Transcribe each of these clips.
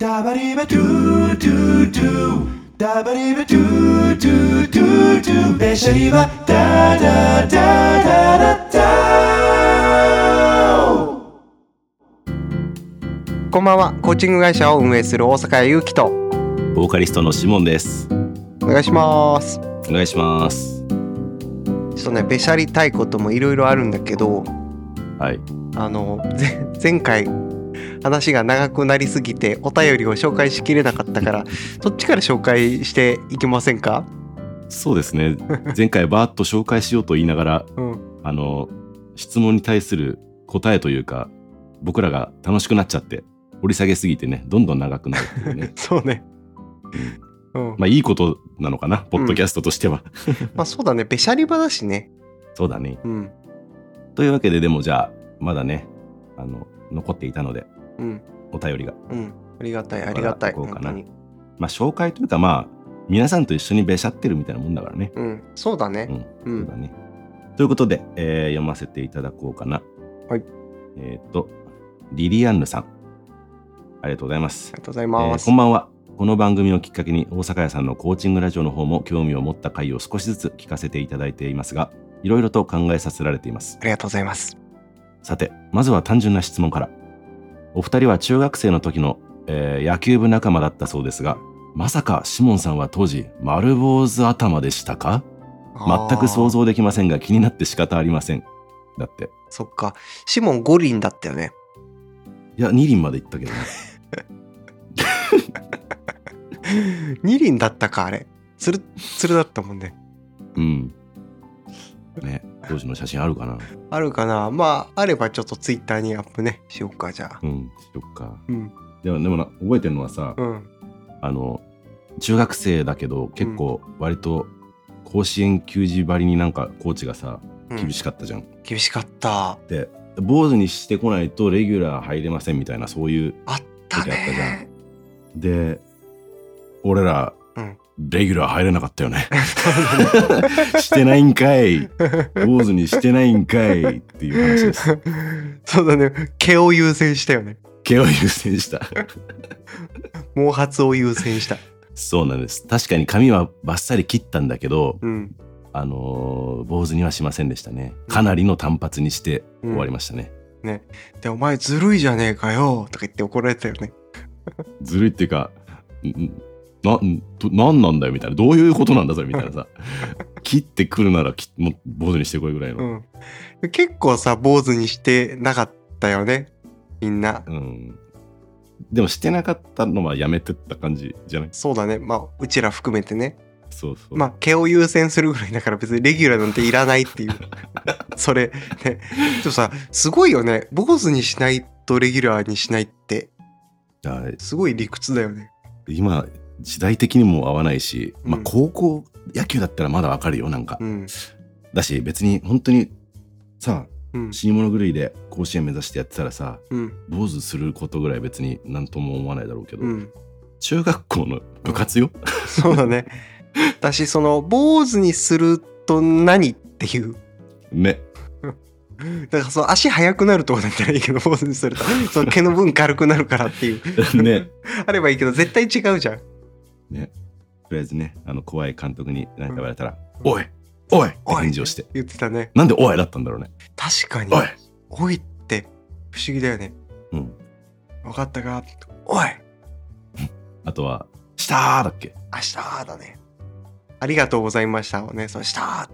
ダバリバドゥドゥドゥダバリバドゥドゥドゥドゥベシャリバダダダダダダ。 こんばんは。コーチング会社を運営する大阪谷祐樹とボーカリストのシモンです。 お願いします。 お願いします。 ちょっとね、べしゃりたいこともいろいろあるんだけど、 はい。 前回話が長くなりすぎてお便りを紹介しきれなかったからそっちから紹介していきませんか？ そうですね。前回バーッと紹介しようと言いながら、質問に対する答えというか僕らが楽しくなっちゃって掘り下げすぎてね、どんどん長くなるっていうね。 そうね。 まあいいことなのかな、ポッドキャストとしては。 まあそうだね、べしゃり場だしね。 そうだね。というわけで、でもじゃあまだね、残っていたので、お便りが、 ありがたいありがたい。 こうかな。まあ紹介というか、まあ皆さんと一緒にべしゃってるみたいなもんだからね。 そうだね。 そうだね。ということで、読ませていただこうかな。 はい。 リリアンヌさん、ありがとうございます。 ありがとうございます。 こんばんは。この番組をきっかけに大阪屋さんのコーチングラジオの方も興味を持った回を少しずつ聞かせていただいていますが、いろいろと考えさせられています。 ありがとうございます。 さて、まずは単純な質問から。お二人は中学生の時の、野球部仲間だったそうですが、まさかシモンさんは当時丸坊主頭でしたか？全く想像できませんが気になって仕方ありません。だって。 そっか、シモン5輪だったよね。 いや、2輪まで行ったけどね。 2輪だったか、あれ。つるだったもんね。 ね、当時の写真あるかな？ あるかな。まああればちょっとツイッターにアップねしようか。じゃあしよっか。でも覚えてるのはさ、中学生だけど結構割と甲子園球児ばりになんかコーチがさ、厳しかったじゃん。 厳しかった。 で、坊主にしてこないとレギュラー入れませんみたいな、そういうあったね。 で、俺ら、レギュラー入れなかったよね。してないんかい、坊主にしてないんかいっていう話です。 そうだね、毛を優先したよね。 毛を優先した。 毛髪を優先した。 そうなんです。確かに髪はバッサリ切ったんだけど、坊主にはしませんでしたね。かなりの単発にして終わりましたね。 で、お前ずるいじゃねえかよとか言って怒られたよね。 ずるいっていうか、なんなんだよみたいな、どういうことなんだそれみたいなさ。切ってくるならもう坊主にしてこいぐらいの。 結構さ、坊主にしてなかったよね、みんな。 でもしてなかったのはやめてった感じじゃない？ そうだね。まあうちら含めてね。 そうそう。 まあ毛を優先するぐらいだから別にレギュラーなんていらないっていう。それね。でもさ、すごいよね。坊主にしないとレギュラーにしないってすごい理屈だよね。 今時代的にも合わないし、まあ高校野球だったらまだわかるよ、なんか。だし別に本当にさ、死に物狂いで甲子園目指してやってたらさ、坊主することぐらい別になんとも思わないだろうけど、中学校の部活よ。 そうだね。私その坊主にすると何っていうね。 だからその足速くなるとかだったらいいけど、坊主にするとその毛の分軽くなるからっていうね。 あればいいけど絶対違うじゃんね。とりあえずね、怖い監督に何か言われたら、おいおいって返事をして言ってたね。 なんでおいだったんだろうね。 確かにおいって不思議だよね。分かったか、おい。 あとはしたーだっけ？ あ、したーだね。ありがとうございましたをね、そのしたー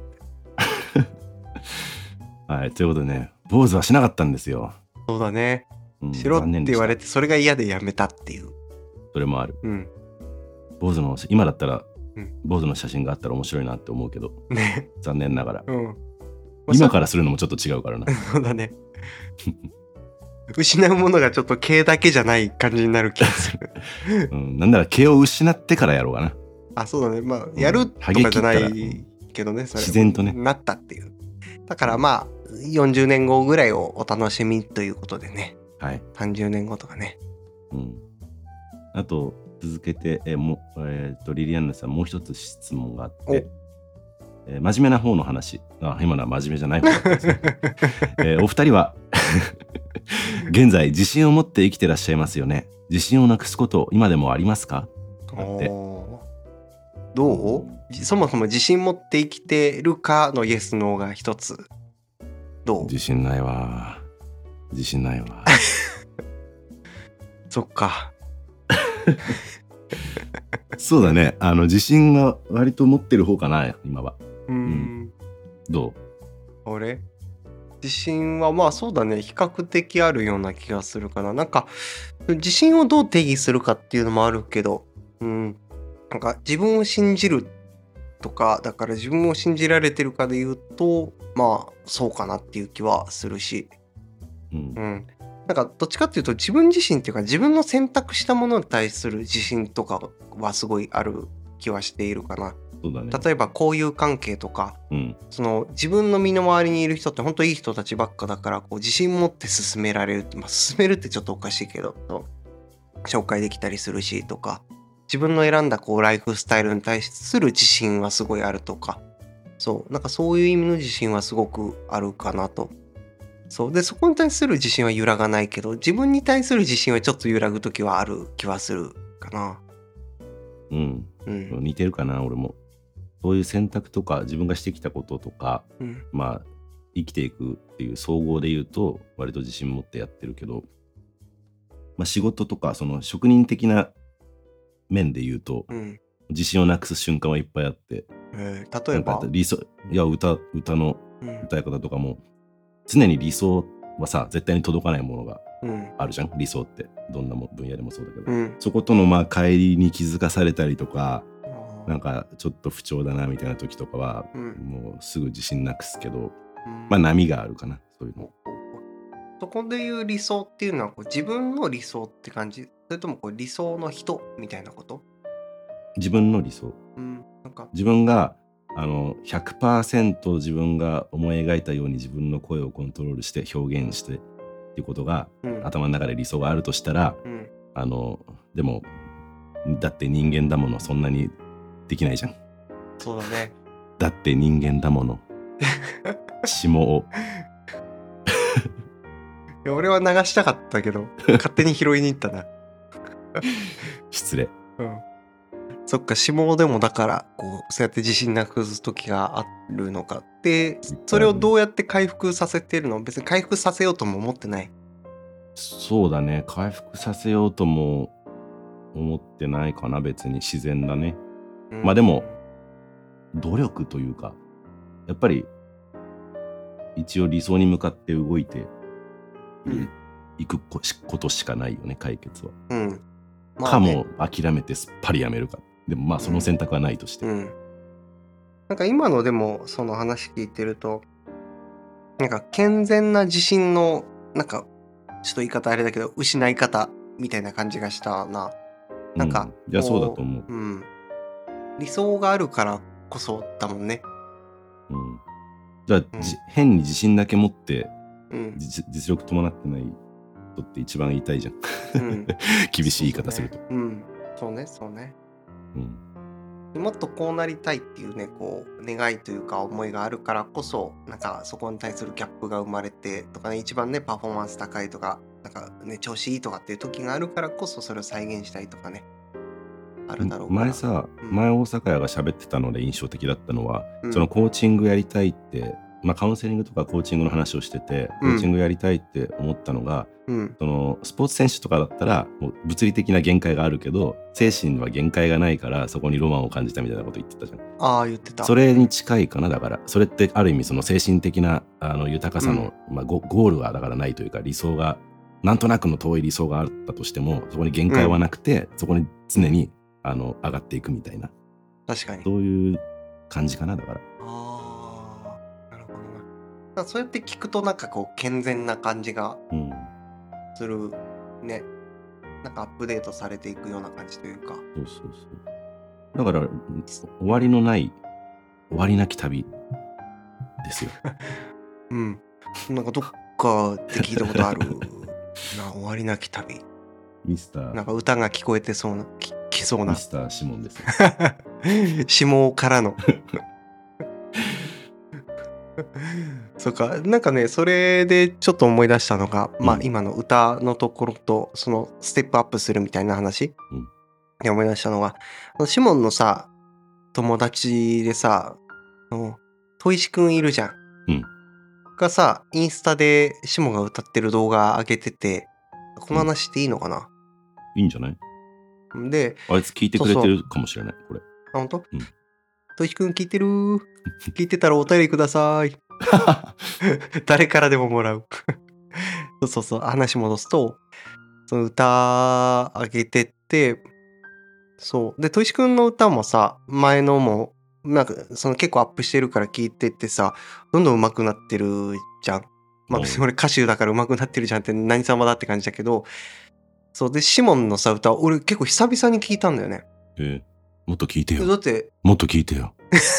はい、ということでね、坊主はしなかったんですよ。 そうだね。しろって言われてそれが嫌でやめたっていう。 それもある。坊主の今だったら、坊主の写真があったら面白いなって思うけど、残念ながら、今からするのもちょっと違うからな。 そうだね。失うものがちょっと毛だけじゃない感じになる気がする。 なんなら毛を失ってからやろうかな。 あ、そうだね。まあやるとかじゃないけどね、それ自然とねなったっていう。だからまあ40年後ぐらいをお楽しみということでね。30年後とかね。 あと続けてリリアンヌさん、もう一つ質問があって、真面目な方の話。今のは真面目じゃない方ですね。お二人は現在自信を持って生きてらっしゃいますよね。自信をなくすこと今でもありますか？だってどう？そもそも自信持って生きてるかのイエスノーが一つ。どう？ 自信ないわ。自信ないわ。 そっか。 そうだね。自信が割と持ってる方かな今は。どう？ 俺自信はまあそうだね、比較的あるような気がするかな。なんか自信をどう定義するかっていうのもあるけど、なんか自分を信じるとか、だから自分を信じられてるかで言うと、まあそうかなっていう気はするし、なんかどっちかっていうと自分自身っていうか自分の選択したものに対する自信とかはすごいある気はしているかな。 そうだね、 例えば交友関係とか、その自分の身の回りにいる人って本当いい人たちばっかだから、こう自信持って進められる、進めるってちょっとおかしいけど紹介できたりするしとか、自分の選んだこうライフスタイルに対する自信はすごいあるとか、なんかそういう意味の自信はすごくあるかなと。でそこに対する自信は揺らがないけど、自分に対する自信はちょっと揺らぐ時はある気はするかな。 似てるかな。俺もそういう選択とか自分がしてきたこととか、まあ生きていくっていう総合で言うと割と自信持ってやってるけど、仕事とかその職人的な面で言うと、自信をなくす瞬間はいっぱいあって、 例えば理想、いや歌の歌い方とかも、常に理想はさ絶対に届かないものがあるじゃん、理想ってどんな分野でもそうだけど、そことの乖離に気づかされたりとか、なんかちょっと不調だなみたいな時とかは、もうすぐ自信なくすけど、波があるかな、そういうの。 そこでいう理想っていうのはこう自分の理想って感じ？それともこう理想の人みたいなこと？ 自分の理想、 なんか自分が100% 自分が思い描いたように自分の声をコントロールして表現してっていうことが、頭の中で理想があるとしたら、でもだって人間だもの、そんなにできないじゃん。 そうだね。 だって人間だもの。下をいや俺は流したかったけど勝手に拾いに行ったな。 失礼。 そっか、下でもだからこうそうやって自信なくす時があるのかで、それをどうやって回復させてるの？別に回復させようとも思ってない。 そうだね、回復させようとも思ってないかな。別に自然だね。でも努力というか、やっぱり一応理想に向かって動いていくことしかないよね、解決は。かも諦めてすっぱりやめるか。でもその選択はないとして、 なんか今のでもその話聞いてると、なんか健全な自信のなんかちょっと言い方あれだけど失い方みたいな感じがしたな。なんか、 いやそうだと思う。 理想があるからこそだもんね。 じゃあ、変に自信だけ持って、実力伴ってない人って一番痛いじゃん。厳しい言い方すると。 そうね。もっとこうなりたいっていうね、こう願いというか思いがあるからこそ、なんかそこに対するギャップが生まれてとかね、一番ねパフォーマンス高いとか、なんかね調子いいとかっていう時があるからこそ、それを再現したいとかね、あるだろうから。 前大阪屋が喋ってたので印象的だったのは、そのコーチングやりたいって、カウンセリングとかコーチングの話をしてて、コーチングやりたいって思ったのが、そのスポーツ選手とかだったらもう物理的な限界があるけど精神は限界がないから、そこにロマンを感じたみたいなこと言ってたじゃん。 言ってた。 それに近いかな。だからそれってある意味その精神的な豊かさの、ゴールはだからないというか、理想がなんとなくの遠い理想があったとしても、そこに限界はなくて、そこに常に上がっていくみたいな。 確かにそういう感じかな。だからなるほどな。そうやって聞くとなんかこう健全な感じがするね。なんかアップデートされていくような感じというか。 そうだから終わりのない終わりなき旅ですよ。 なんかどっかで聞いたことあるな。終わりなき旅。 ミスターなんか歌が聞こえてそうな、来そうな。 ミスターシモンですよ。 下からのそっか、なんかね、それでちょっと思い出したのが、まあうん今の歌のところと、そのステップアップするみたいな話うんで思い出したのが、シモンのさ、友達でさ、トイシくんいるじゃん。 うんがさ、インスタでシモンが歌ってる動画上げてて、この話っていいのかな、 いいんじゃない？ で、 あいつ聞いてくれてるかもしれない、これ。 あ、ほんと？ うんトイシくん聞いてる？聞いてたらお便りください。誰からでももらう。そう、話戻すと、その歌上げてって、そう。で、トイシくんの歌もさ、前のも、なんか、その結構アップしてるから聞いてってさ、どんどん上手くなってるじゃん。まあ別に俺歌手だから上手くなってるじゃんって何様だって感じだけど、そうで、シモンのさ、歌、俺結構久々に聞いたんだよね。 もっと聞いてよ。 だって、 もっと聞いてよ。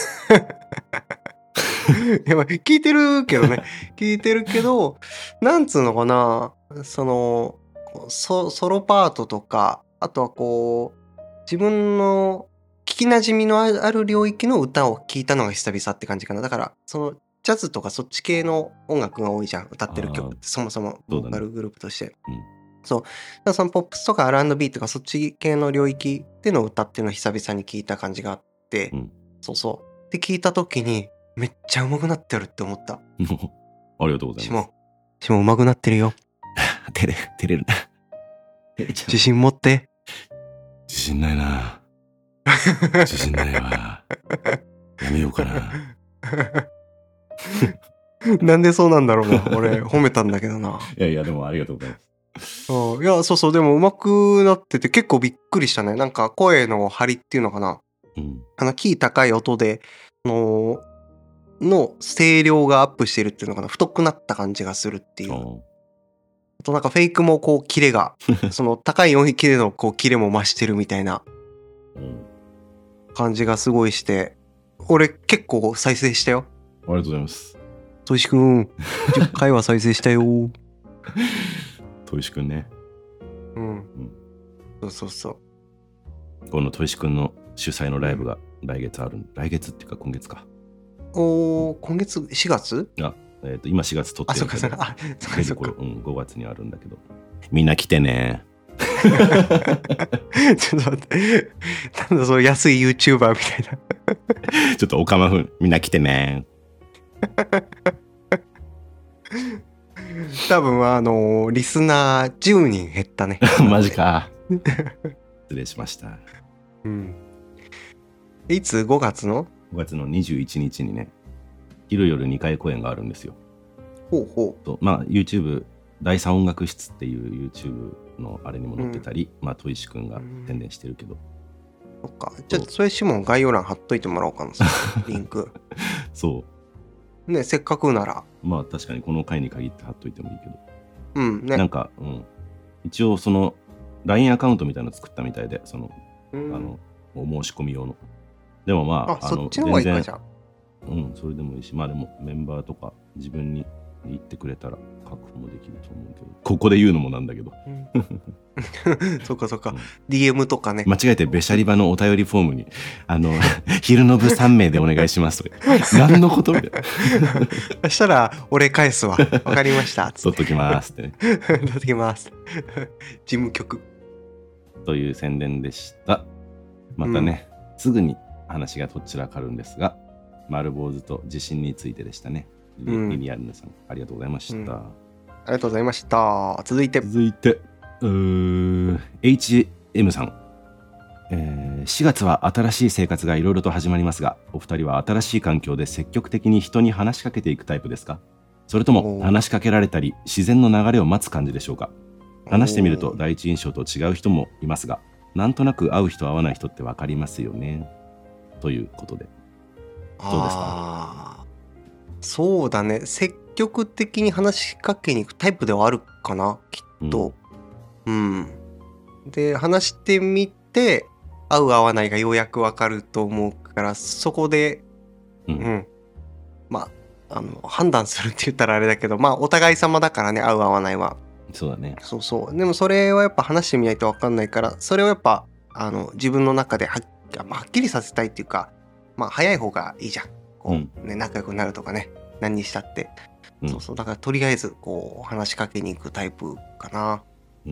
いやまあ聞いてるけどね。聞いてるけど、なんつうのかな、その、ソロパートとか、あとはこう、自分の聞き馴染みのある領域の歌を聞いたのが久々って感じかな。だから、その、ジャズとかそっち系の音楽が多いじゃん。歌ってる曲って、そもそも、ボーカルグループとして。そう。だからそのポップスとか R&B とかそっち系の領域での歌っていうのを久々に聞いた感じがあって、そう。で、聞いた時に、めっちゃ上手くなってるって思った。 ありがとうございます。 しも上手くなってるよ。 照れるな。 自信持って。 自信ないな。自信ないわ。やめようかな。 なんでそうなんだろうな。俺褒めたんだけどな。 いやでもありがとうございます。 いやそうでも上手くなってて結構びっくりしたね。なんか声の張りっていうのかな。キー高い音での声量がアップしてるっていうのかな。太くなった感じがするっていう。あとなんかフェイクもこうキレがその高い音域でのこうキレも増してるみたいな感じがすごいして、俺結構再生したよ。 ありがとうございます。 トシくん10回は再生したよ。 トイシくんね。 そう。 このトイシくんの主催のライブが来月ある。来月っていうか今月か。 今月4月？ 今4月撮ってるけど。 そっか。 5月にあるんだけど。みんな来てね。 ちょっと待って。なんだその安い YouTuber みたいな。ちょっとオカマ風。みんな来てね。 多分リスナー10人減ったね。 マジか。失礼しました。 いつ5月の ?5 月の21日にね、昼夜2回公演があるんですよ。YouTube 第3音楽室っていう YouTube のあれにも載ってたり、トイシくんが宣伝してるけど。 そっか。じゃあそれシモン概要欄貼っといてもらおうかな。リンク。 そう。 ね、せっかくなら。 確かにこの回に限って貼っといてもいいけど。 ね。 なんか、一応その LINE アカウントみたいなの作ったみたいで、その、お申し込み用の。でもそっちの方がいいかじゃん。 それでもいいし、でもメンバーとか自分に言ってくれたら確保もできると思うけど、ここで言うのもなんだけど。 そっか。DM とかね。 間違えてベシャリバのお便りフォームに、昼の部3名でお願いしますとか。何のことみたいな。 そしたら、俺返すわ。わかりました。 取っときますってね。 取っときます。事務局。 という宣伝でした。またね、すぐに話がとっちらかるんですが、丸坊主と地震についてでしたね。リリアルネさん、ありがとうございました。 ありがとうございました。続いて、 HM さん、4月は新しい生活がいろいろと始まりますが、お二人は新しい環境で積極的に人に話しかけていくタイプですか？それとも話しかけられたり自然の流れを待つ感じでしょうか？話してみると第一印象と違う人もいますが、なんとなく会う人会わない人って分かりますよね、ということで、どうですか？ そうだね、積極的に話しかけに行くタイプではあるかな、きっと。で、話してみて合う合わないがようやく分かると思うから、そこで判断するって言ったらあれだけど、お互い様だからね、合う合わないは。 そうだね。 そう。でもそれはやっぱ話してみないと分かんないから、それをやっぱ自分の中ではっきりさせたいっていうか、早い方がいいじゃん。仲良くなるとかね。 何にしたって、 うんそうそうだからとりあえずこう話しかけに行くタイプかな。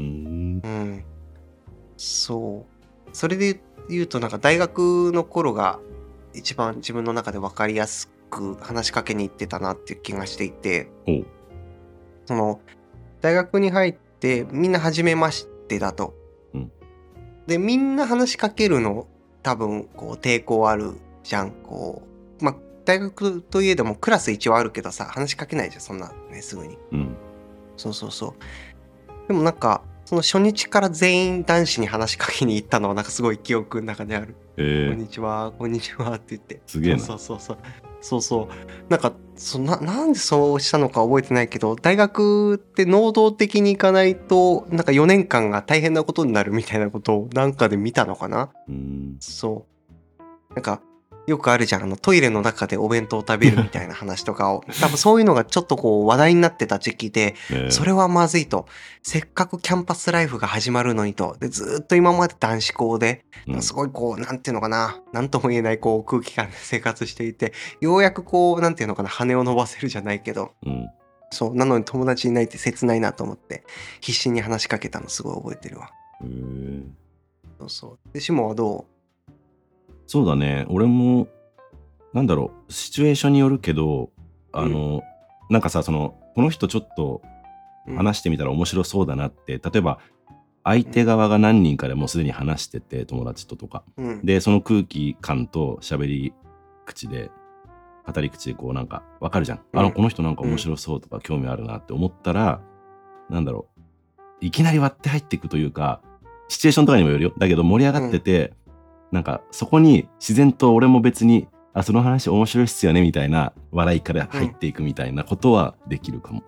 そうそれで言うとなんか大学の頃が一番自分の中で分かりやすく話しかけに行ってたなっていう気がしていて、その大学に入ってみんな初めましてだと、でみんな話しかけるの多分こう抵抗あるじゃん。こうまあ大学といえどもクラス一応あるけどさ話しかけないじゃんそんなねすぐに。そうでもなんかその初日から全員男子に話しかけに行ったのはなんかすごい記憶の中である。こんにちはこんにちはって言って。 すげえな。 そうなんかなんでそうしたのか覚えてないけど、大学って能動的に行かないとなんか4年間が大変なことになるみたいなことをなんかで見たのかな。そうなんかよくあるじゃん、トイレの中でお弁当を食べるみたいな話とかを多分そういうのがちょっとこう話題になってた時期で、それはまずいと、せっかくキャンパスライフが始まるのにと、でずっと今まで男子校ですごいこうなんていうのかな、なんとも言えないこう空気感で生活していて、ようやくこうなんていうのかな、羽を伸ばせるじゃないけど、そうなのに友達いないって切ないなと思って必死に話しかけたのすごい覚えてるわ。そうでシモンはどう？ そうだね、俺もなんだろう、シチュエーションによるけど、なんかさ、この人ちょっと話してみたら面白そうだなって、例えば相手側が何人かでもうすでに話してて、友達とか、でその空気感と喋り口で語り口でこうなんかわかるじゃん、この人なんか面白そうとか興味あるなって思ったら、なんだろう、いきなり割って入っていくというか、シチュエーションとかにもよるよ。だけど盛り上がってて、なんかそこに自然と俺も別にその話面白いっすよねみたいな笑いから入っていくみたいなことはできるかも。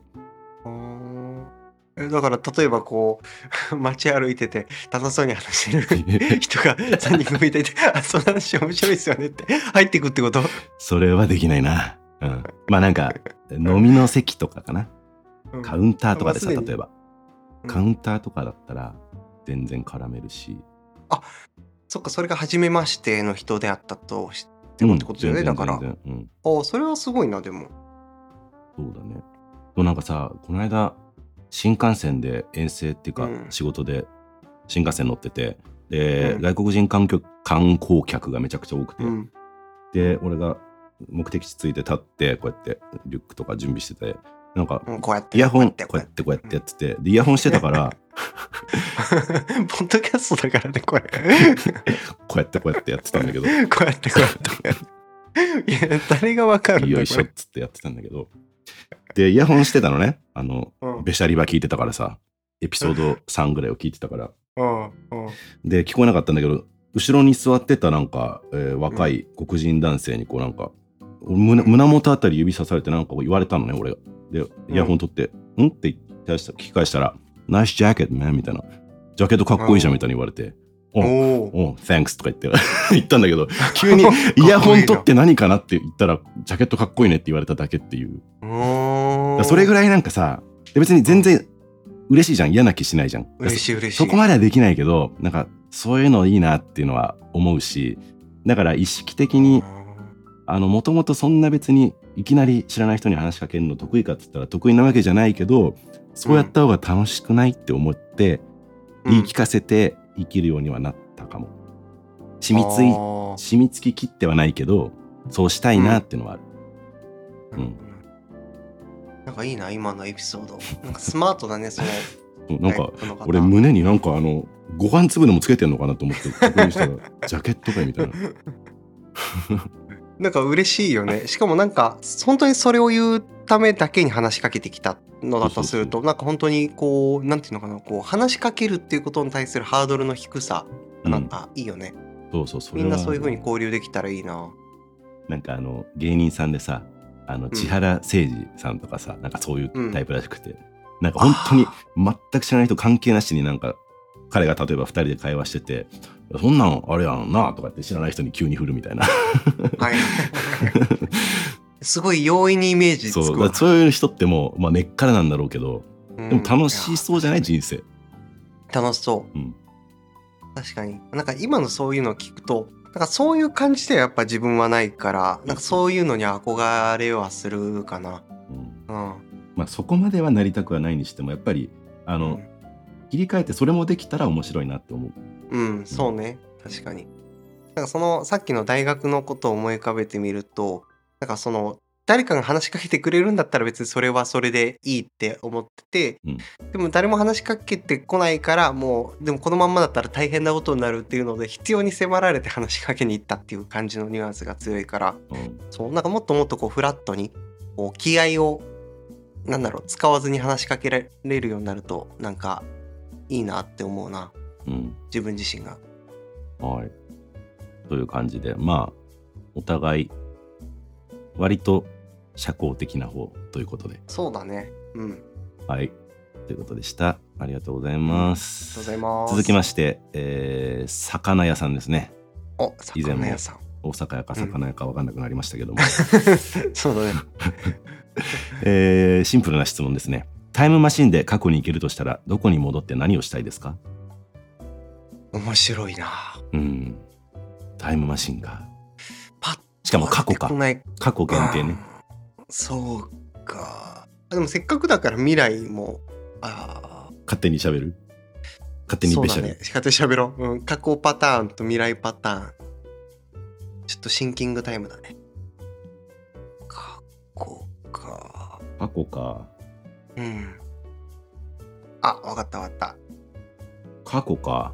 だから例えばこう街歩いてて楽しそうに話してる人が3人組いていてその話面白いっすよねって入っていくってこと？ それはできないな。まあなんか飲みの席とかかな、カウンターとかでさ、例えば、カウンターとかだったら全然絡めるし、 そっか、それが初めましての人であったとしてもってことだよね、だから。それはすごいな、でも。 そうだね。なんかさ、この間新幹線で遠征っていうか、仕事で新幹線乗ってて、で、外国人観光客がめちゃくちゃ多くて、で俺が目的地着いて立ってこうやってリュックとか準備してて、なんかイヤホンこうやってやってて、でイヤホンしてたからポッドキャストだからねこれこうやってやってたんだけど、 こうやっていや誰がわかるんだ、 よいしょっつってやってたんだけど、でイヤホンしてたのね、ベシャリバ聞いてたからさ、エピソード3ぐらいを聞いてたから、で聞こえなかったんだけど、後ろに座ってたなんか、若い黒人男性にこうなんか胸元あたり指さされてなんか言われたのね、俺が。でイヤホン取って「ん?」って聞き返したら「ナイスジャケットね」みたいな、ジャケットかっこいいじゃんみたいに言われて「お Thanks」とか言ったんだけど、急にイヤホン取って何かなって言ったらジャケットかっこいいねって言われただけっていう。それぐらいなんかさ、別に全然嬉しいじゃん、嫌な気しないじゃん。 嬉しいそこまではできないけど、なんかそういうのいいなっていうのは思うし、だから意識的にもともとそんな別にいきなり知らない人に話しかけるの得意かって言ったら得意なわけじゃないけど、そうやった方が楽しくないって思って言い聞かせて生きるようにはなったかも。染みつききってはないけど、そうしたいなっていうのはある。 なんかいいな今のエピソード。なんかスマートだねその。 なんか俺胸になんかご飯粒でもつけてんのかなと思って確認したらジャケットかみたいな。 なんか嬉しいよね。しかもなんか本当にそれを言うためだけに話しかけてきたのだとすると、なんか本当にこうなんていうのかな、こう話しかけるっていうことに対するハードルの低さ、なんかいいよね。 そうみんなそういう風に交流できたらいいな。 なんか芸人さんでさ、千原誠二さんとかさ、なんかそういうタイプらしくて、なんか本当に全く知らない人関係なしに、なんか彼が例えば2人で会話してて、そんなのあれやんなとかって知らない人に急に振るみたいなはいすごい容易にイメージつくわ。 そういう人ってもう、根っからなんだろうけど、でも楽しそうじゃない人生。 楽しそう、確かになんか今のそういうのを聞くとなんかそういう感じではやっぱ自分はないから、なんかそういうのに憧れはするかな。 うん。まあそこまではなりたくはないにしても、やっぱり切り替えてそれもできたら面白いなって思う。 そうね。確かに。なんかそのさっきの大学のことを思い浮かべてみると、なんかその誰かが話しかけてくれるんだったら別にそれはそれでいいって思ってて、でも誰も話しかけてこないからもうでもこのまんまだったら大変なことになるっていうので必要に迫られて話しかけに行ったっていう感じのニュアンスが強いから、そうなんかもっともっとこうフラットにこう気合を使わずに話しかけられるようになるとなんかいいなって思うな、自分自身が。 はい。という感じで、まあお互い割と社交的な方ということで。 そうだね。 はい。ということでした。ありがとうございます。 ありがとうございます。 続きまして、魚屋さんですね。以前も大阪屋か魚屋か分かんなくなりましたけども。 そうだね。シンプルな質問ですね。タイムマシンで過去に行けるとしたらどこに戻って何をしたいですか？ 面白いな。 タイムマシンか。しかも過去か。過去限定ね。 そうか。でもせっかくだから未来も勝手に喋る？勝手に勝手に喋ろう。過去パターンと未来パターン。ちょっとシンキングタイムだね。過去か。 過去か。 わかった過去か。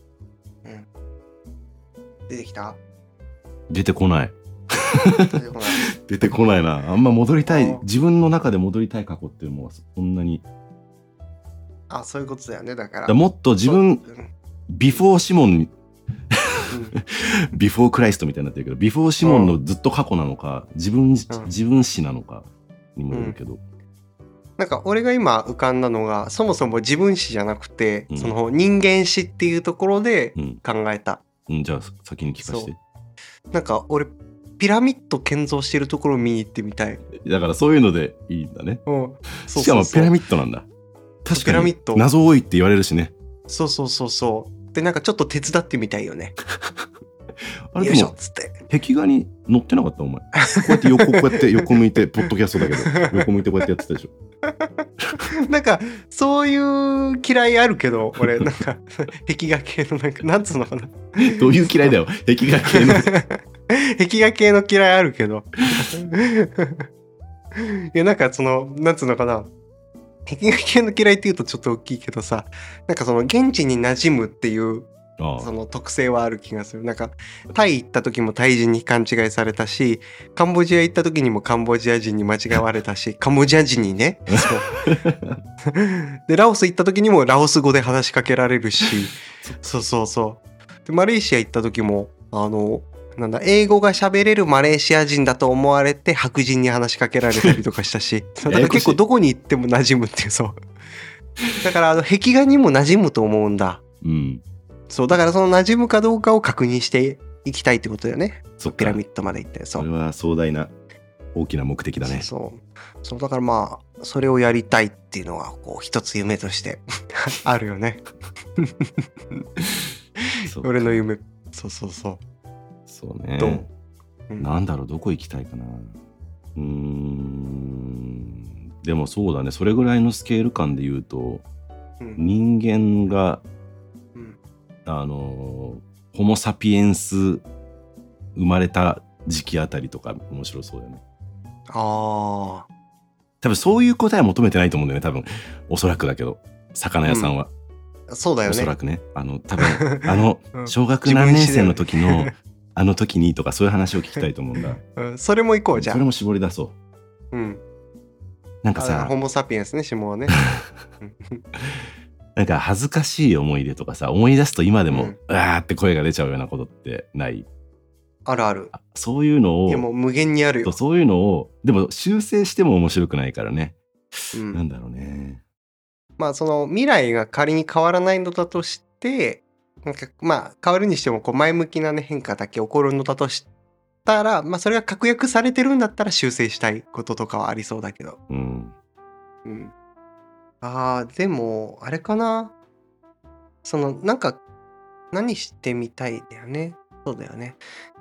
出てきた？ 出てこない出てこないな。あんま戻りたい、自分の中で戻りたい過去っていうのはそんなに。 そういうことだよね。だからもっと自分ビフォーシモンビフォークライストみたいになってるけど、ビフォーシモンのずっと過去なのか、自分史なのかにもよるけど、 なんか俺が今浮かんだのがそもそも自分史じゃなくて、その人間史っていうところで考えた。じゃあ先に聞かせて。 なんか俺ピラミッド建造してるところ見に行ってみたい。 だからそういうのでいいんだね。しかもピラミッドなんだ。確かに謎多いって言われるしね。 そうでなんかちょっと手伝ってみたいよね。 あれでも壁画に載ってなかったお前。こうやって横向いてポッドキャストだけど横向いてこうやってやってたでしょ。 なんかそういう嫌いあるけど俺なんか壁画系のなんつうのかな。 どういう嫌いだよ壁画系の。 壁画系の嫌いあるけどいやなんかそのなんつうのかな、壁画系の嫌いっていうとちょっと大きいけどさ、なんかその現地に馴染むっていうその特性はある気がする。なんかタイ行った時もタイ人に勘違いされたし、カンボジア行った時にもカンボジア人に間違われたし、カンボジア人にね。そうでラオス行った時にもラオス語で話しかけられるし、そうでマレーシア行った時も英語が喋れるマレーシア人だと思われて白人に話しかけられたりとかしたしだから結構どこに行っても馴染むっていう。そうだから壁画にも馴染むと思うんだ。そうだからその馴染むかどうかを確認していきたいってことだよね。ピラミッドまで行って。 それは壮大な大きな目的だね。 そうだからまあそれをやりたいっていうのがこう一つ夢としてあるよね。俺の夢。そうね。 なんだろう、どこ行きたいかな。でもそうだね、それぐらいのスケール感で言うと、人間がホモ・サピエンス生まれた時期あたりとか面白そうだよね。 多分そういう答えは求めてないと思うんだよね。多分おそらくだけど魚屋さんは、 そうだよね。 おそらくね。多分小学何年生の時の時にとかそういう話を聞きたいと思うんだ。 それも行こうじゃん。 それも絞り出そう。なんかさ、 ホモ・サピエンスね、下はね。 なんか恥ずかしい思い出とかさ、思い出すと今でもうわーって声が出ちゃうようなことってない？ ある。 そういうのを、 いやもう無限にあるよ。 そういうのをでも修正しても面白くないからね。なんだろうね。 まあその未来が仮に変わらないのだとして、なんかまあ変わるにしてもこう前向きなね変化だけ起こるのだとしたら、まあそれが確約されてるんだったら修正したいこととかはありそうだけど。でもあれかな、そのなんか何してみたいだよね。 そうだよね。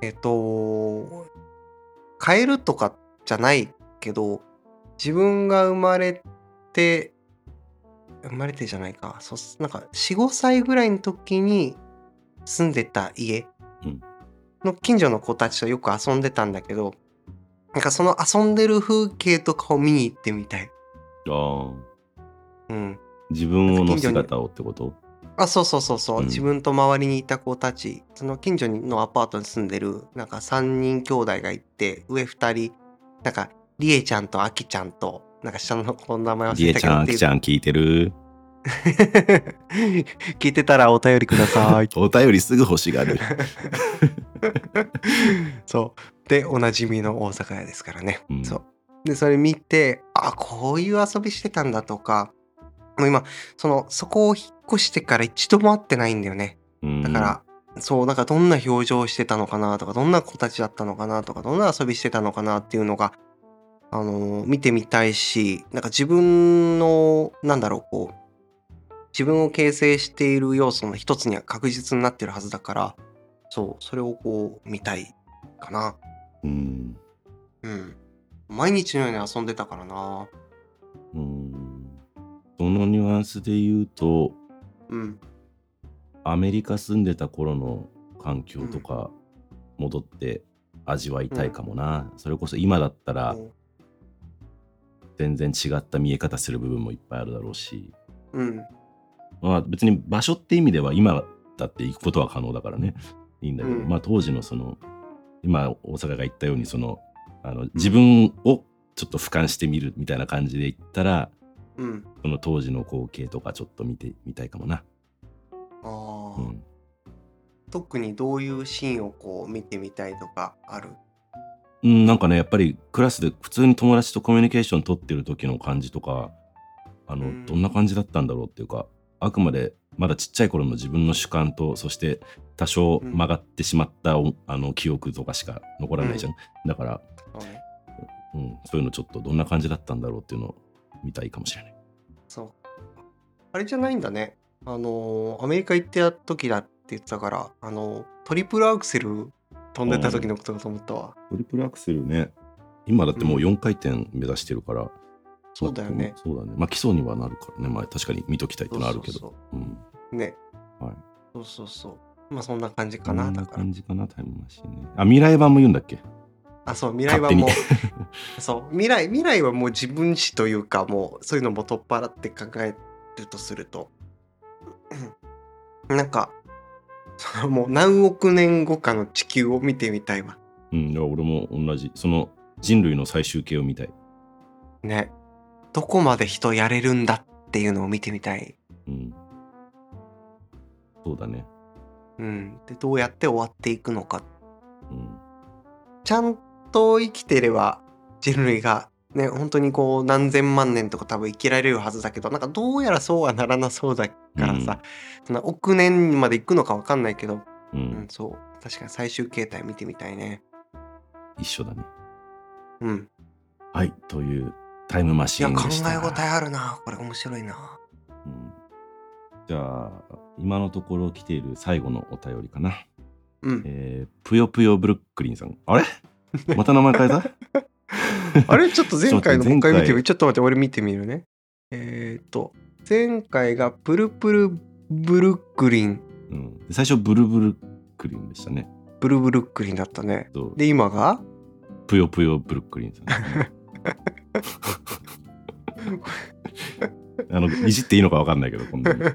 変えるとかじゃないけど、自分が生まれてじゃないか。なんか4、5歳ぐらいの時に住んでた家の近所の子たちとよく遊んでたんだけど、なんかその遊んでる風景とかを見に行ってみたい。 ああ。 うん。 自分の姿をってこと？ そう、自分と周りにいた子たち、その近所のアパートに住んでるなんか3人兄弟がいて、上2人なんかりえちゃんとあきちゃんと、なんか下の子の名前忘れたけど、 りえちゃんあきちゃん聞いてる？ 聞いてたらお便りください。 お便りすぐ欲しがる。 そうでおなじみの大阪屋ですからね、そうでそれ見て、こういう遊びしてたんだとか、もう今そこを引っ越してから一度も会ってないんだよね。だからなんかどんな表情してたのかなとか、どんな子たちだったのかなとか、どんな遊びしてたのかなっていうのが見てみたいし、なんか自分の自分を形成している要素の一つには確実になってるはずだから、それを見たいかな。毎日のように遊んでたからな。 そのニュアンスで言うと、アメリカ住んでた頃の環境とか戻って味わいたいかもな。それこそ今だったら全然違った見え方する部分もいっぱいあるだろうし、まあ別に場所って意味では今だって行くことは可能だからね、いいんだけど、まあ当時の今大阪が言ったように自分をちょっと俯瞰してみるみたいな感じで言ったら、その当時の光景とかちょっと見てみたいかもな。 特にどういうシーンを見てみたいとかある？ なんかね、やっぱりクラスで普通に友達とコミュニケーション取ってる時の感じとか、どんな感じだったんだろうっていうか、あくまでまだちっちゃい頃の自分の主観と、そして多少曲がってしまった、記憶とかしか残らないじゃん。だから、そういうのちょっとどんな感じだったんだろうっていうのを見たいかもしれない。 あれじゃないんだね。アメリカ行ってた時だって言ってたから、トリプルアクセル飛んでた時のことだと思ったわ。 トリプルアクセルね。今だってもう4回転目指してるから。 そうだよね。 そうだね。まあ基礎にはなるからね。まあ確かに見ときたいってのはあるけど。 ね。 はい。 まあそんな感じかな。 そんな感じかな、タイムマシンね。未来版も言うんだっけ？ 未来版も。未来はもう自分史というか、もうそういうのも取っ払って考えるとすると、なんかもう何億年後かの地球を見てみたいわ。 いや俺も同じ。その人類の最終形を見たい。 ね。どこまで人やれるんだっていうのを見てみたい。 そうだね。 でどうやって終わっていくのか。ちゃんと生きてれば人類がね、本当に何千万年とか多分生きられるはずだけど、なんかどうやらそうはならなそうだからさ、そんな億年まで行くのか分かんないけど、確かに最終形態見てみたいね。 一緒だね。はい、というタイムマシーンでした。 いや、考え応えあるな。これ面白いな。 じゃあ今のところ来ている最後のお便りかな。ぷよぷよブルックリンさん。あれまた名前変えた？ あれちょっと前回のもう一回見てみる。ちょっと待って、俺見てみるね。前回がプルプルブルックリン。 最初ブルブルックリンでしたね。 ブルブルックリンだったね。で、今がぷよぷよブルックリンさん。いじっていいのか分かんないけど、今度に。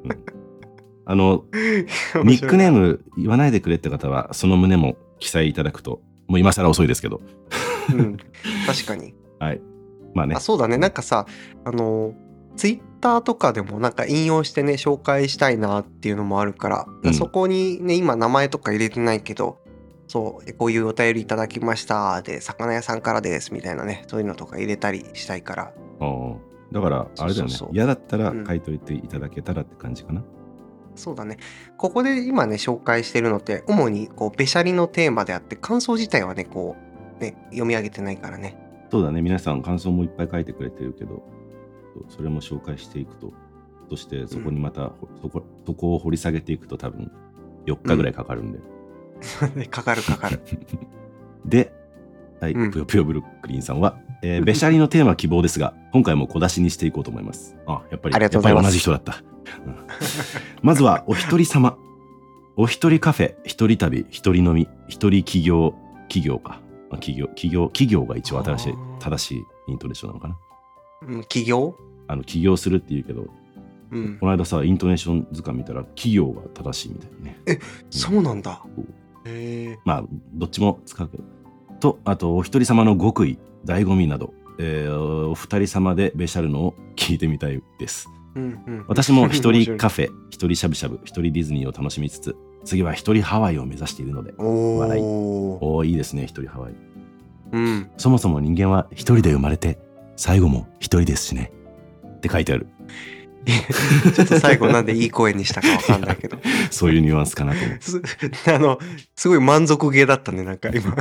ニックネーム言わないでくれって方は、その旨も記載いただくと、もう今更遅いですけど。 確かに。 はい。まあね。 そうだね。なんかさ、ツイッターとかでもなんか引用してね、紹介したいなっていうのもあるから、そこにね、今名前とか入れてないけど、こういうお便りいただきましたで、魚屋さんからですみたいなね、そういうのとか入れたりしたいから。 だからあれだよね。嫌だったら書いといていただけたらって感じかな。 そうだね。ここで今ね紹介してるのって主にべしゃりのテーマであって、感想自体はね読み上げてないからね。 そうだね。皆さん感想もいっぱい書いてくれてるけど、それも紹介していくと、そしてそこにまた、そこを掘り下げていくと多分4日ぐらいかかるんで、 かかる。 で、はい、ぷよぷよブルックリンさんは、べしゃりのテーマ希望ですが、今回も小出しにしていこうと思います。あ、やっぱり同じ人だった。まずは、お一人様。お一人カフェ、一人旅、一人飲み、一人企業か。企業が一応正しいイントネーションなのかな。 起業するって言うけど、この間さ、イントネーション図鑑見たら、企業が正しいみたいなね。 そうなんだ。 まあ、どっちも使うけど。と、あと、お一人様の極意、醍醐味など、お二人様でべしゃるのを聞いてみたいです。私も一人カフェ、一人しゃぶしゃぶ、一人ディズニーを楽しみつつ、次は一人ハワイを目指しているので、笑い。いいですね、一人ハワイ。そもそも人間は一人で生まれて、最後も一人ですしね。って書いてある。 ちょっと最後なんでいい声にしたかわかんないけど。 そういうニュアンスかなと思って。すごい満足げだったね、なんか今。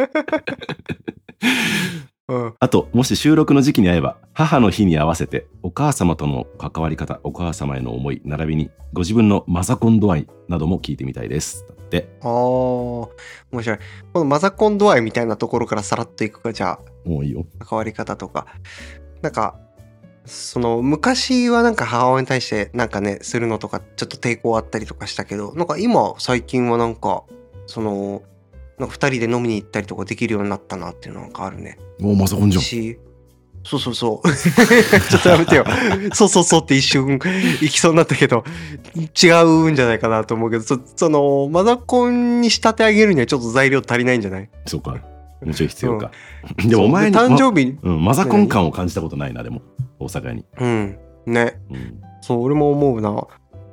あと、もし収録の時期に会えば、母の日に合わせて、お母様との関わり方、お母様への思い、並びに、ご自分のマザコン度合いなども聞いてみたいです。だって。 面白い。このマザコン度合いみたいなところからさらっといくか、じゃあ。 もういいよ。 関わり方とか。なんか、昔はなんか母親に対してなんかね、するのとか、ちょっと抵抗あったりとかしたけど、なんか最近はなんか、なんか2人で飲みに行ったりとかできるようになったなっていうのがあるね。 マザコンじゃん。 そうちょっとやめてよ。そうって一瞬行きそうになったけど、違うんじゃないかなと思うけど、マザコンに仕立て上げるにはちょっと材料足りないんじゃない？ そうか。もうちょい必要か。でもお前に誕生日に、 マザコン感を感じたことないな、でも大阪に。 ね。そう俺も思うな。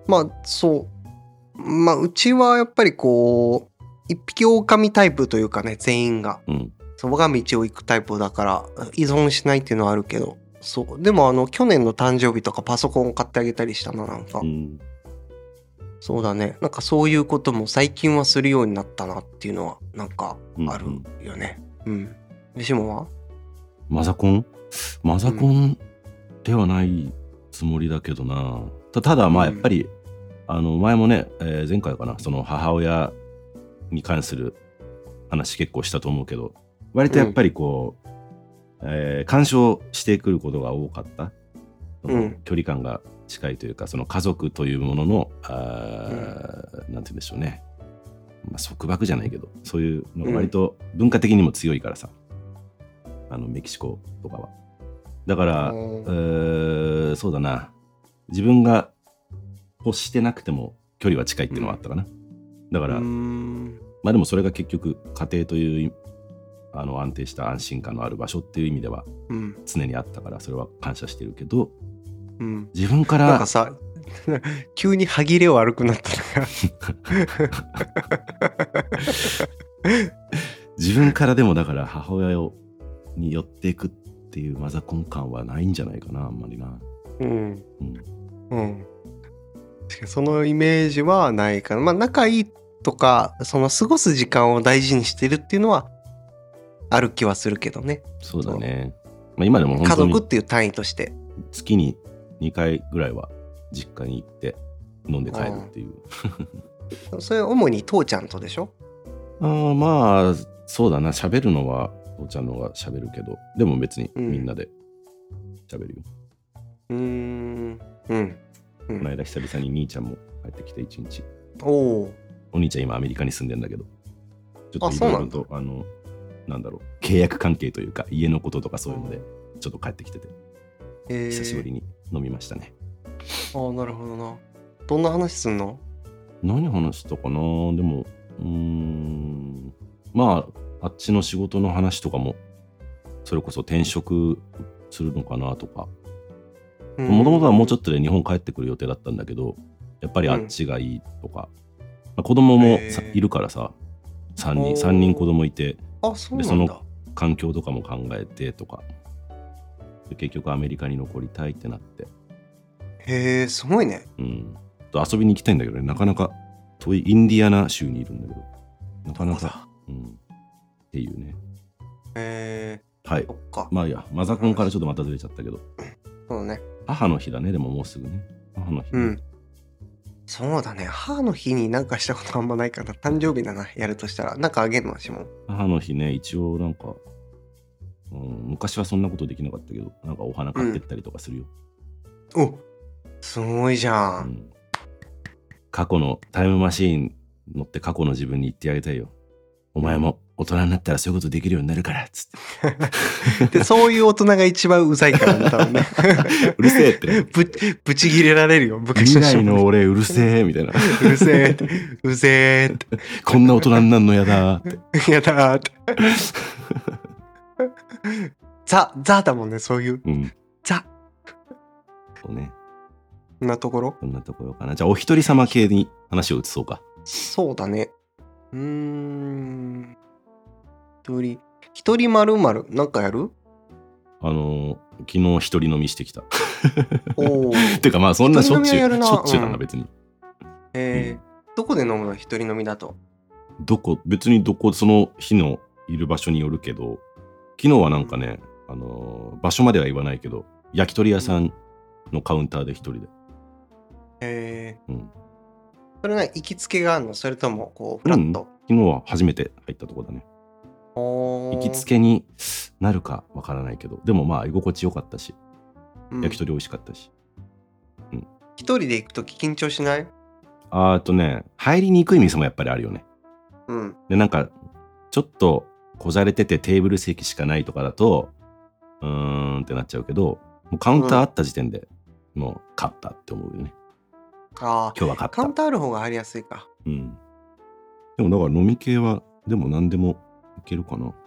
うちはやっぱりこう一匹狼タイプというかね、全員が。我が道を行くタイプだから依存しないっていうのはあるけど、でも去年の誕生日とかパソコンを買ってあげたりしたな、なんか。そうだね。なんかそういうことも最近はするようになったなっていうのはなんかあるよね。シモンは？ マザコンではないつもりだけどな。ただまあやっぱり、前もね、前回かな、その母親に関する話結構したと思うけど、割とやっぱりこう、干渉してくることが多かった。距離感が近いというか、その家族というもののなんて言うんでしょうね、束縛じゃないけど、そういうのが割と文化的にも強いからさ、メキシコとかは。だから、そうだな、自分が欲してなくても距離は近いっていうのはあったかな。だからまあでもそれが結局家庭という安定した安心感のある場所っていう意味では常にあったから、それは感謝してるけど、自分からなんかさ、急に歯切れ悪くなった自分からでもだから母親に寄っていくっていうマザコン感はないんじゃないかな、あんまりな。 そのイメージはないかな。仲いいとか過ごす時間を大事にしてるっていうのはある気はするけどね。 そうだね。今でも本当に家族っていう単位として月に2回ぐらいは実家に行って飲んで帰るっていう。 それは主に父ちゃんとでしょ？ まあそうだな、喋るのは父ちゃんの方が喋るけど、でも別にみんなで喋るよ。この間久々に兄ちゃんも帰ってきて1日。お兄ちゃん今アメリカに住んでんだけど、ちょっといろいろとなんだろう、契約関係というか家のこととかそういうのでちょっと帰ってきてて、久しぶりに飲みましたね。 なるほどな。どんな話すんの？ 何話したかな。でもまああっちの仕事の話とかも、それこそ転職するのかなとか、もともとはもうちょっとで日本帰ってくる予定だったんだけど、やっぱりあっちがいいとか、子供もいるからさ、3人子供いて、でその環境とかも考えてとか、で結局アメリカに残りたいってなって。 へえ、すごいね。 遊びに行きたいんだけどね、なかなか遠いインディアナ州にいるんだけど、なかなかっていうね。はい。まあいや、マザコンからちょっとまたずれちゃったけど。 そうね。 母の日だね、でももうすぐね。母の日、 そうだね。母の日になんかしたことあんまないかな。誕生日だな。やるとしたら。なんかあげるのしも。 母の日ね、一応なんか、昔はそんなことできなかったけど、なんかお花買ってったりとかするよ。 お、すごいじゃん。 過去のタイムマシーン乗って過去の自分に言ってあげたいよ。お前も大人になったらそういうことできるようになるからつってで、そういう大人が一番うざいからね、多分ね。 うるせえってぶち切れられるよ、昔未来の俺うるせえみたいなうるせえって、うぜえって。 こんな大人になるのやだーってやだーって。ザだもんね、そういう。ザ。 そうね。 そんなところかな。じゃあお一人様系に話を移そうか。 そうだね。一人まるまるなんかやる？ 昨日一人飲みしてきた。てかまあそんなしょっちゅうだな別に。 どこで飲むの？一人飲みだと。 別にその日のいる場所によるけど、昨日はなんかね、場所までは言わないけど、焼き鳥屋さんのカウンターで一人で。 それな、行きつけがあるの？それともこうフラット？ 昨日は初めて入ったとこだね。行きつけになるかわからないけど、でもまあ居心地よかったし、焼き鳥美味しかったし。 一人で行くとき緊張しない？ 入りにくい店もやっぱりあるよね。でなんかちょっとこじゃれててテーブル席しかないとかだとってなっちゃうけど、もうカウンターあった時点でもう勝ったって思うよね。今日は勝った。 カウンターある方が入りやすいか。 でもだから飲み系はでも何でもいけるかな。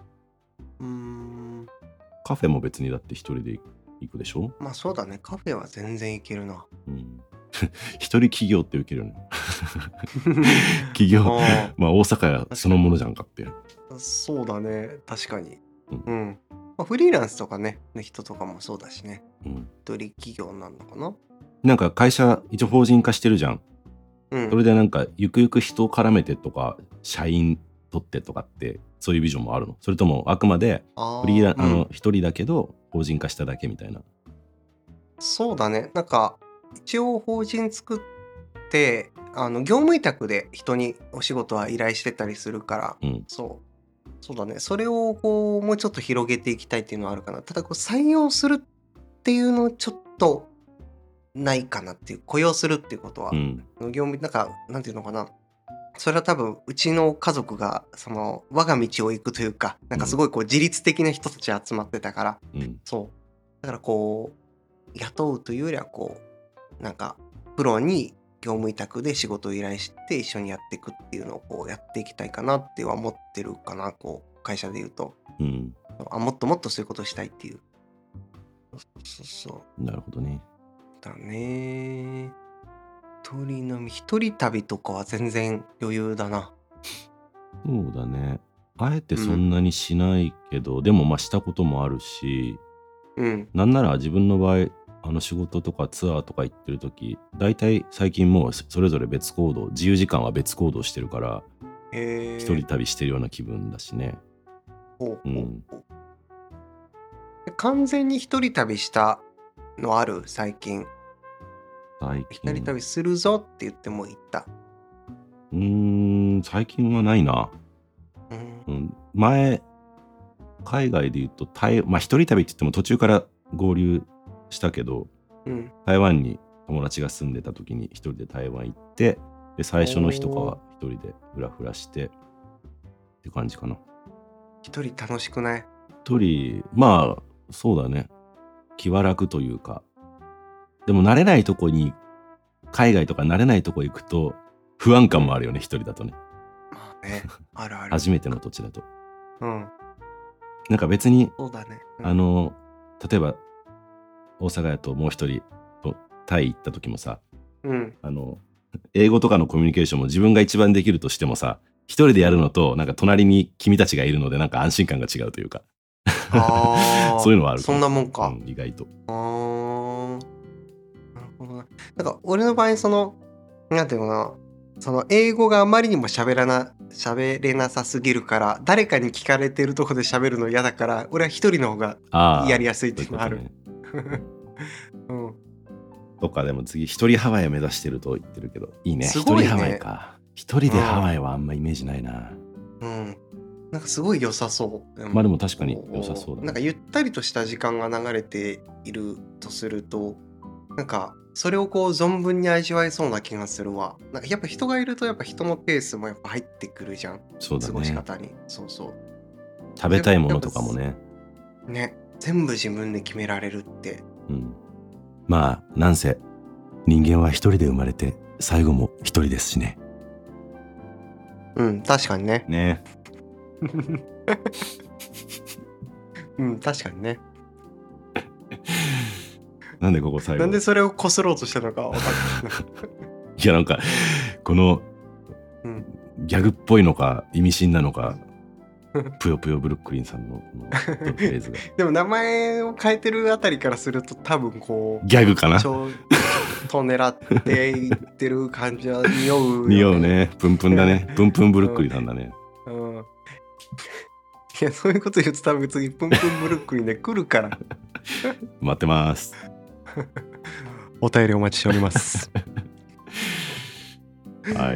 カフェも別にだって一人で行くでしょ。 まあそうだね、カフェは全然いけるな。 一人企業って受けるね。企業まあ大阪やそのものじゃんかって。 そうだね、確かに。フリーランスとかねの人とかもそうだしね。一人企業なのかな。 なんか会社一応法人化してるじゃん。それでなんかゆくゆく人を絡めてとか社員取ってとかってそういうビジョンもあるの？それともあくまでフリーラン一人だけど法人化しただけみたいな。 そうだね、なんか一応法人作って業務委託で人にお仕事は依頼してたりするから、そうだね、それをこうもうちょっと広げていきたいっていうのはあるかな。ただこう採用するっていうのちょっとないかなっていう、雇用するっていうことは、業務なんかなんていうのかな、それは多分うちの家族がその我が道を行くというか、なんかすごいこう自律的な人たち集まってたから、そうだからこう雇うというよりはこうなんかプロに業務委託で仕事を依頼して一緒にやっていくっていうのをこうやっていきたいかなっては思ってるかな。こう会社で言うと、もっともっとそういうことをしたいっていう。 なるほどね。 だね。一人旅とかは全然余裕だな。 そうだね。あえてそんなにしないけど、でもまあしたこともあるし、なんなら自分の場合仕事とかツアーとか行ってる時、大体最近もうそれぞれ別行動、自由時間は別行動してるから、一人旅してるような気分だしね。 完全に一人旅したのある？最近一人旅するぞって言っても行った？ 最近はないな。前海外で言うとまあ一人旅って言っても途中から合流したけど、台湾に友達が住んでた時に一人で台湾行って、で最初の日とかは一人でフラフラしてって感じかな。 一人楽しくない？ 一人まあそうだね、気は楽というか。でも慣れないとこに、海外とか慣れないとこ行くと不安感もあるよね、一人だとね。 まあね、あるある。 初めての土地だと。なんか別に、 そうだね。 例えば大阪やともう一人とタイ行った時もさ、英語とかのコミュニケーションも自分が一番できるとしてもさ、一人でやるのとなんか隣に君たちがいるのでなんか安心感が違うというか。そういうのはある。 そんなもんか。 意外と。 なるほどな。なんか俺の場合なんていうのかな、その英語があまりにも喋れなさすぎるから、誰かに聞かれてるとこで喋るの嫌だから、俺は一人の方がやりやすいっていうのがある。 とかでも次一人ハワイを目指してると言ってるけど、いいね。 すごいね一人ハワイか。一人でハワイはあんまイメージないな。 うん。なんかすごい良さそう。 まあでも確かに良さそうだね。 なんかゆったりとした時間が流れているとすると、なんかそれをこう存分に味わえそうな気がするわ。なんかやっぱ人がいるとやっぱ人のペースもやっぱ入ってくるじゃん。 そうだね。 過ごし方に。そうそう。 食べたいものとかもね。 ね。全部自分で決められるって。 うん。まあなんせ人間は一人で生まれて最後も一人ですしね。 うん、確かにね。 ね。 うん、確かにね。 なんでここ最後なんでそれをこすろうとしたのか分かんない。 いやなんかこのギャグっぽいのか意味深なのか、ぷよぷよブルックリンさんのフレーズがでも名前を変えてるあたりからすると多分こうギャグかなちょっと狙っていってる感じは匂うよね。 匂うね。プンプンだね。プンプンブルックリンなんだね。 うん。いやそういうこと言うと多分次プンプンブルックリンで来るから。 待ってます。 お便りお待ちしております。 はい。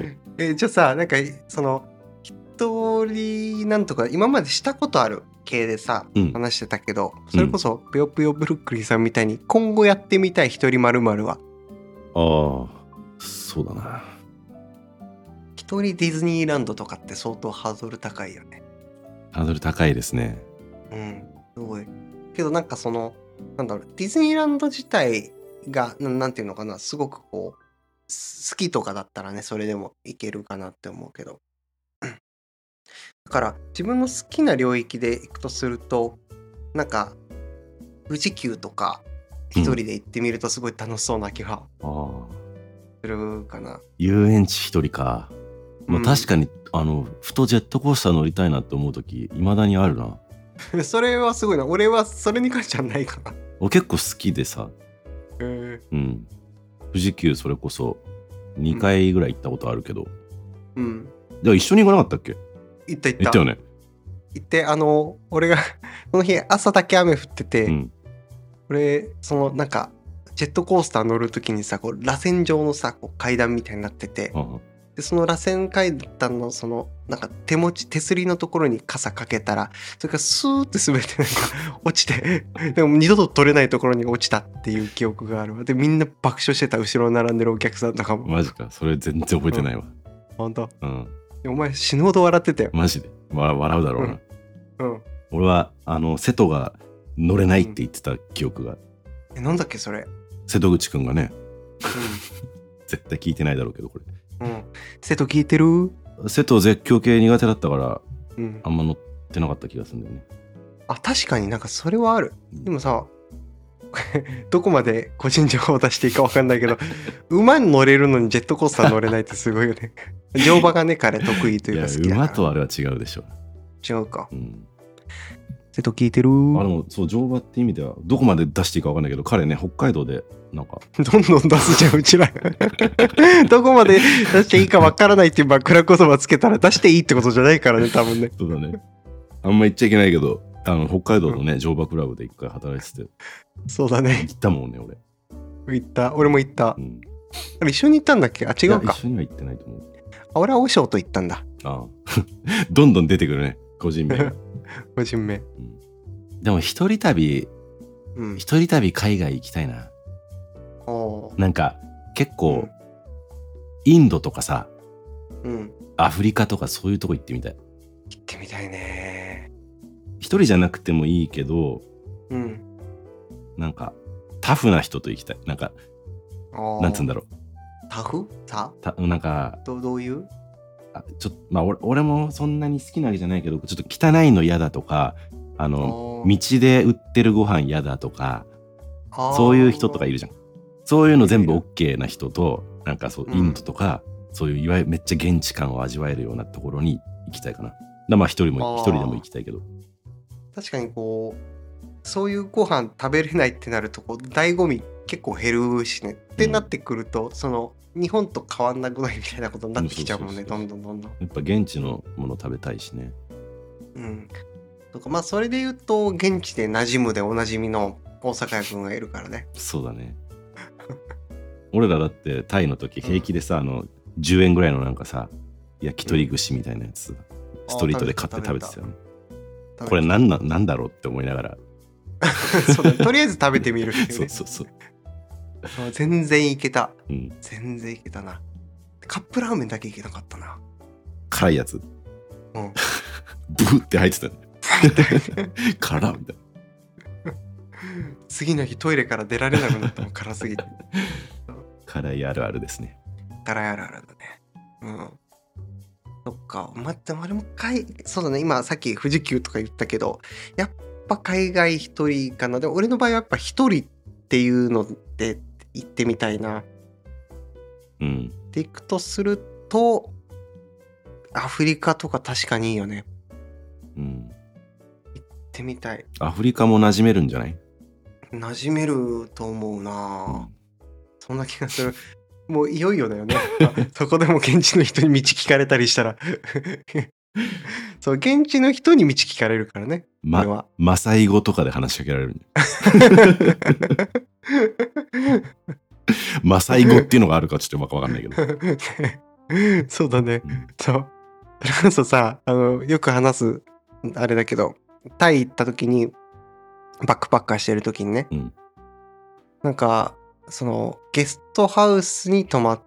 じゃあさ、なんかその一人なんとか今までしたことある系でさ、話してたけど、それこそぷよぷよブルックリンさんみたいに今後やってみたい一人〇〇は？ ああ、そうだな。 一人ディズニーランドとかって相当ハードル高いよね。 ハードル高いですね。 うん、すごい。けどなんかそのなんだろう、ディズニーランド自体がなんていうのかな、すごくこう好きとかだったらね、それでもいけるかなって思うけど。だから自分の好きな領域で行くとすると、なんか富士急とか一人で行ってみるとすごい楽しそうな気がするかな。 遊園地一人か。まあ、確かにふとジェットコースター乗りたいなって思う時いまだにあるな。 それはすごいな。俺はそれに関してはないかな。 俺結構好きでさ、うん、富士急それこそ2回ぐらい行ったことあるけど、 うん。 じゃあ一緒に行かなかったっけ？ 行った行ったよね。 行って俺がその日朝だけ雨降ってて、俺そのなんかジェットコースター乗るときにさ、こう螺旋状のさこう階段みたいになってて、でその螺旋階段のそのなんか手すりのところに傘かけたら、それからスーって滑ってなんか落ちてでも二度と取れないところに落ちたっていう記憶があるわ。でみんな爆笑してた、後ろに並んでるお客さんとかも。 マジか、それ全然覚えてないわ。 ほんと？お前死ぬほど笑ってたよ。 マジで笑うだろうな。 うん。 俺は瀬戸が乗れないって言ってた記憶が。 なんだっけそれ。 瀬戸口くんがね、絶対聞いてないだろうけどこれ。 瀬戸聞いてる？ 瀬戸絶叫系苦手だったから、あんま乗ってなかった気がするんだよね。 あ、確かになんかそれはある。でもさ、どこまで個人情報を出していいか分かんないけど、馬に乗れるのにジェットコースター乗れないってすごいよね。乗馬がね、彼得意というか好きだから。 馬とあれは違うでしょ。 違うか。瀬戸聞いてる？でもそう、乗馬って意味ではどこまで出していいか分かんないけど、彼ね、北海道でなんかどんどん出すじゃん、うちら。どこまで出していいか分からないっていう枕言葉つけたら出していいってことじゃないからね、多分ね。 そうだね。あんま言っちゃいけないけど、北海道のね、乗馬クラブで一回働いてて。 そうだね。 行ったもんね、 俺。行った。俺も行った。一緒に行ったんだっけ？あ、違うか。 一緒には行ってないと思う。 俺は和尚と行ったんだ。 どんどん出てくるね、個人名が。 個人名。 でも一人旅海外行きたいな。なんか結構、インドとかさ、アフリカとかそういうとこ行ってみたい。 行ってみたいね。 一人じゃなくてもいいけど、なんかタフな人と行きたい。なんかなんつうんだろう。 タフ？ なんかどういう？ ちょっとまあ俺もそんなに好きなわけじゃないけど、ちょっと汚いの嫌だとか、道で売ってるご飯嫌だとか、そういう人とかいるじゃん。そういうの全部 OK な人と、なんかそうインドとか、そういういわゆるめっちゃ現地感を味わえるようなところに行きたいかな。まあ一人でも行きたいけど。 確かにこうそういうご飯食べれないってなるとこう醍醐味結構減るしね。ってなってくると、その日本と変わんなくないみたいなことになってきちゃうもんね。どんどん。やっぱ現地のもの食べたいしね。 とかまあそれで言うと現地で馴染むでおなじみの大阪屋くんがいるからね。 そうだね。 俺らだってタイの時平気でさ、10円ぐらいのなんかさ焼き鳥串みたいなやつ、ストリートで買って食べてたよね。これなんだろうって思いながらそうだ、とりあえず食べてみるっていうね。 そう全然いけた、 うん、 全然いけたな。カップラーメンだけいけなかったな。 辛いやつ、 うん、 ブーって入ってたね辛みたいな。 次の日トイレから出られなくなったもん辛すぎて。 辛いあるあるですね。 辛いあるあるだね。うん。そっか。待って、あれもそうだね。今さっき富士急とか言ったけど、やっぱ海外一人かな。でも俺の場合はやっぱ一人っていうので行ってみたいな。 うん。 で行くとすると、アフリカとか確かにいいよね。 うん。 行ってみたい。 アフリカも馴染めるんじゃない？ 馴染めると思うな、うん、そんな気がする。もういよいよだよね。そこでも現地の人に道聞かれたりしたらそう現地の人に道聞かれるからね。 マサイ語とかで話しかけられるマサイ語っていうのがあるかちょっと分かんないけどそうだね、うん、そうそれこそさよく話すあれだけど、タイ行った時にバックパッカーしてる時にね、うん、なんかそのゲストハウスに泊まって、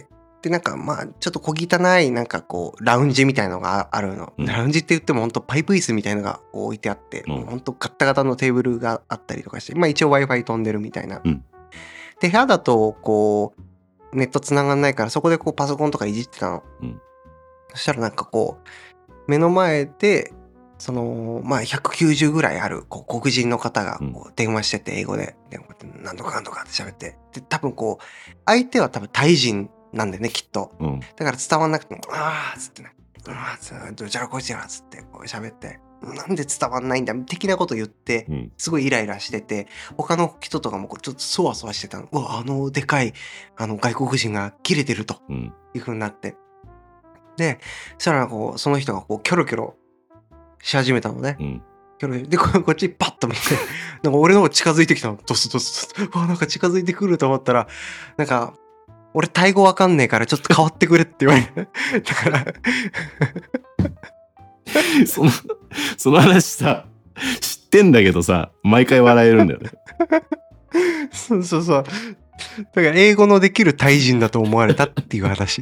でなんかまあちょっと小汚いなんかこうラウンジみたいなのがあるの、うん、ラウンジって言ってもほんとパイプ椅子みたいなのが置いてあって、うん、ほんとガッタガタのテーブルがあったりとかして、まあ一応 Wi-Fi 飛んでるみたいな、うん、で部屋だとこうネット繋がんないからそこでこうパソコンとかいじってたの、うん、そしたらなんかこう目の前でそのまあ190ぐらいあるこう黒人の方がこう電話してて、英語でなんとかかんとかって喋って、で多分こう相手は多分タイ人なんでねきっと、うん、だから伝わんなくてもあーっつってね、どちらこちらっつってこう喋って、なんで伝わんないんだ的なこと言ってすごいイライラしてて、他の人とかもこうちょっとそわそわしてたの。うわでかい外国人が切れてるという風になって、でそしたらこうその人がこうキョロキョロし始めたのね、うん、でこっちパッと見てなんか俺の方近づいてきたの。ドスドスドス、なんか近づいてくると思ったら、なんか俺タイ語わかんねえからちょっと変わってくれって言われてだからその話さ知ってんだけどさ、毎回笑えるんだよねそうだから英語のできるタイ人だと思われたっていう話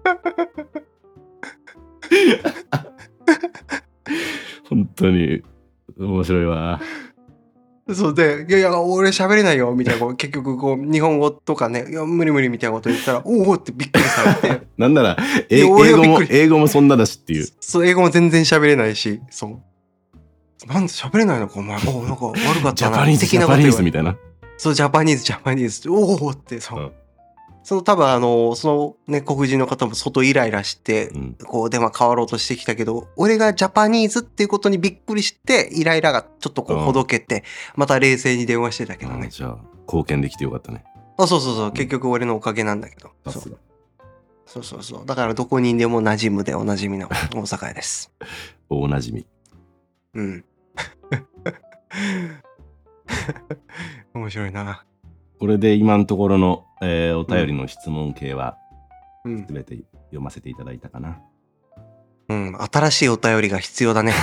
本当に面白いわ。 そうで、いや俺喋れないよみたいな、結局こう日本語とかね、いや無理みたいなこと言ったらおおってびっくりされてなんなら英語もそんなだしっていう。 そう、英語も全然喋れないし、そうなんで喋れないのかお前、なんか悪かったなジャパニーズみたいな。 そう、ジャパニーズおおってそう、うん、その多分そのね黒人の方も相当イライラして、うん、こう電話変わろうとしてきたけど、俺がジャパニーズっていうことにびっくりしてイライラがちょっとこうほどけて、また冷静に電話してたけどね。 じゃあ貢献できてよかったね。 そう、うん、結局俺のおかげなんだけど。そうだからどこにでも馴染むでおなじみの大阪屋です大馴染み。 うん面白いな。 これで今のところの、お便りの質問系は全て読ませていただいたかな。 うん、新しいお便りが必要だね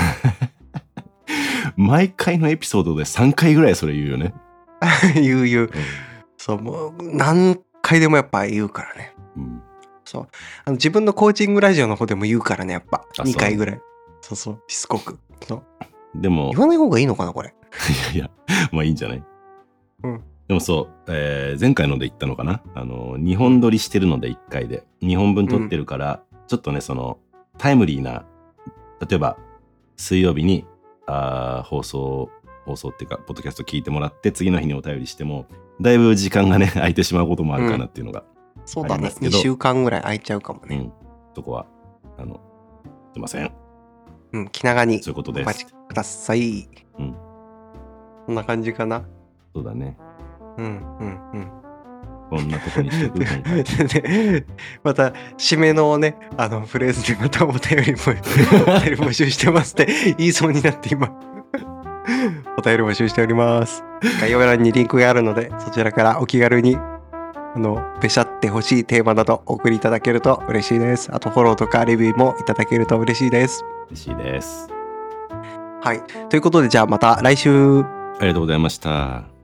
毎回のエピソードで3回ぐらいそれ言うよね言う、うん、そうもう何回でもやっぱ言うからね、うん、そう自分のコーチングラジオの方でも言うからね、やっぱ2回ぐらい。そうしつこく。そうでも言わない方がいいのかなこれいやまあいいんじゃない。 うんでもそう、前回ので言ったのかな、2本撮りしてるので1回で2本分撮ってるから、ちょっとねそのタイムリーな、例えば水曜日に放送っていうかポッドキャスト聞いてもらって次の日にお便りしてもだいぶ時間がね空いてしまうこともあるかなっていうのがありますけど、 そうだね、2週間ぐらい空いちゃうかもね、うん、 そこはすいません、 うん、気長にそういうことです。 お待ちください。うん、こんな感じかな。 そうだね。 うんこんなとこにしてくるでまた締めのねフレーズでまたお便り募集してますって言いそうになって今お便り募集しております。概要欄にリンクがあるのでそちらからお気軽にべしゃってほしいテーマなどお送りいただけると嬉しいです。あとフォローとかレビューもいただけると嬉しいです。 嬉しいです。 はい。ということで、じゃあまた来週。 ありがとうございました。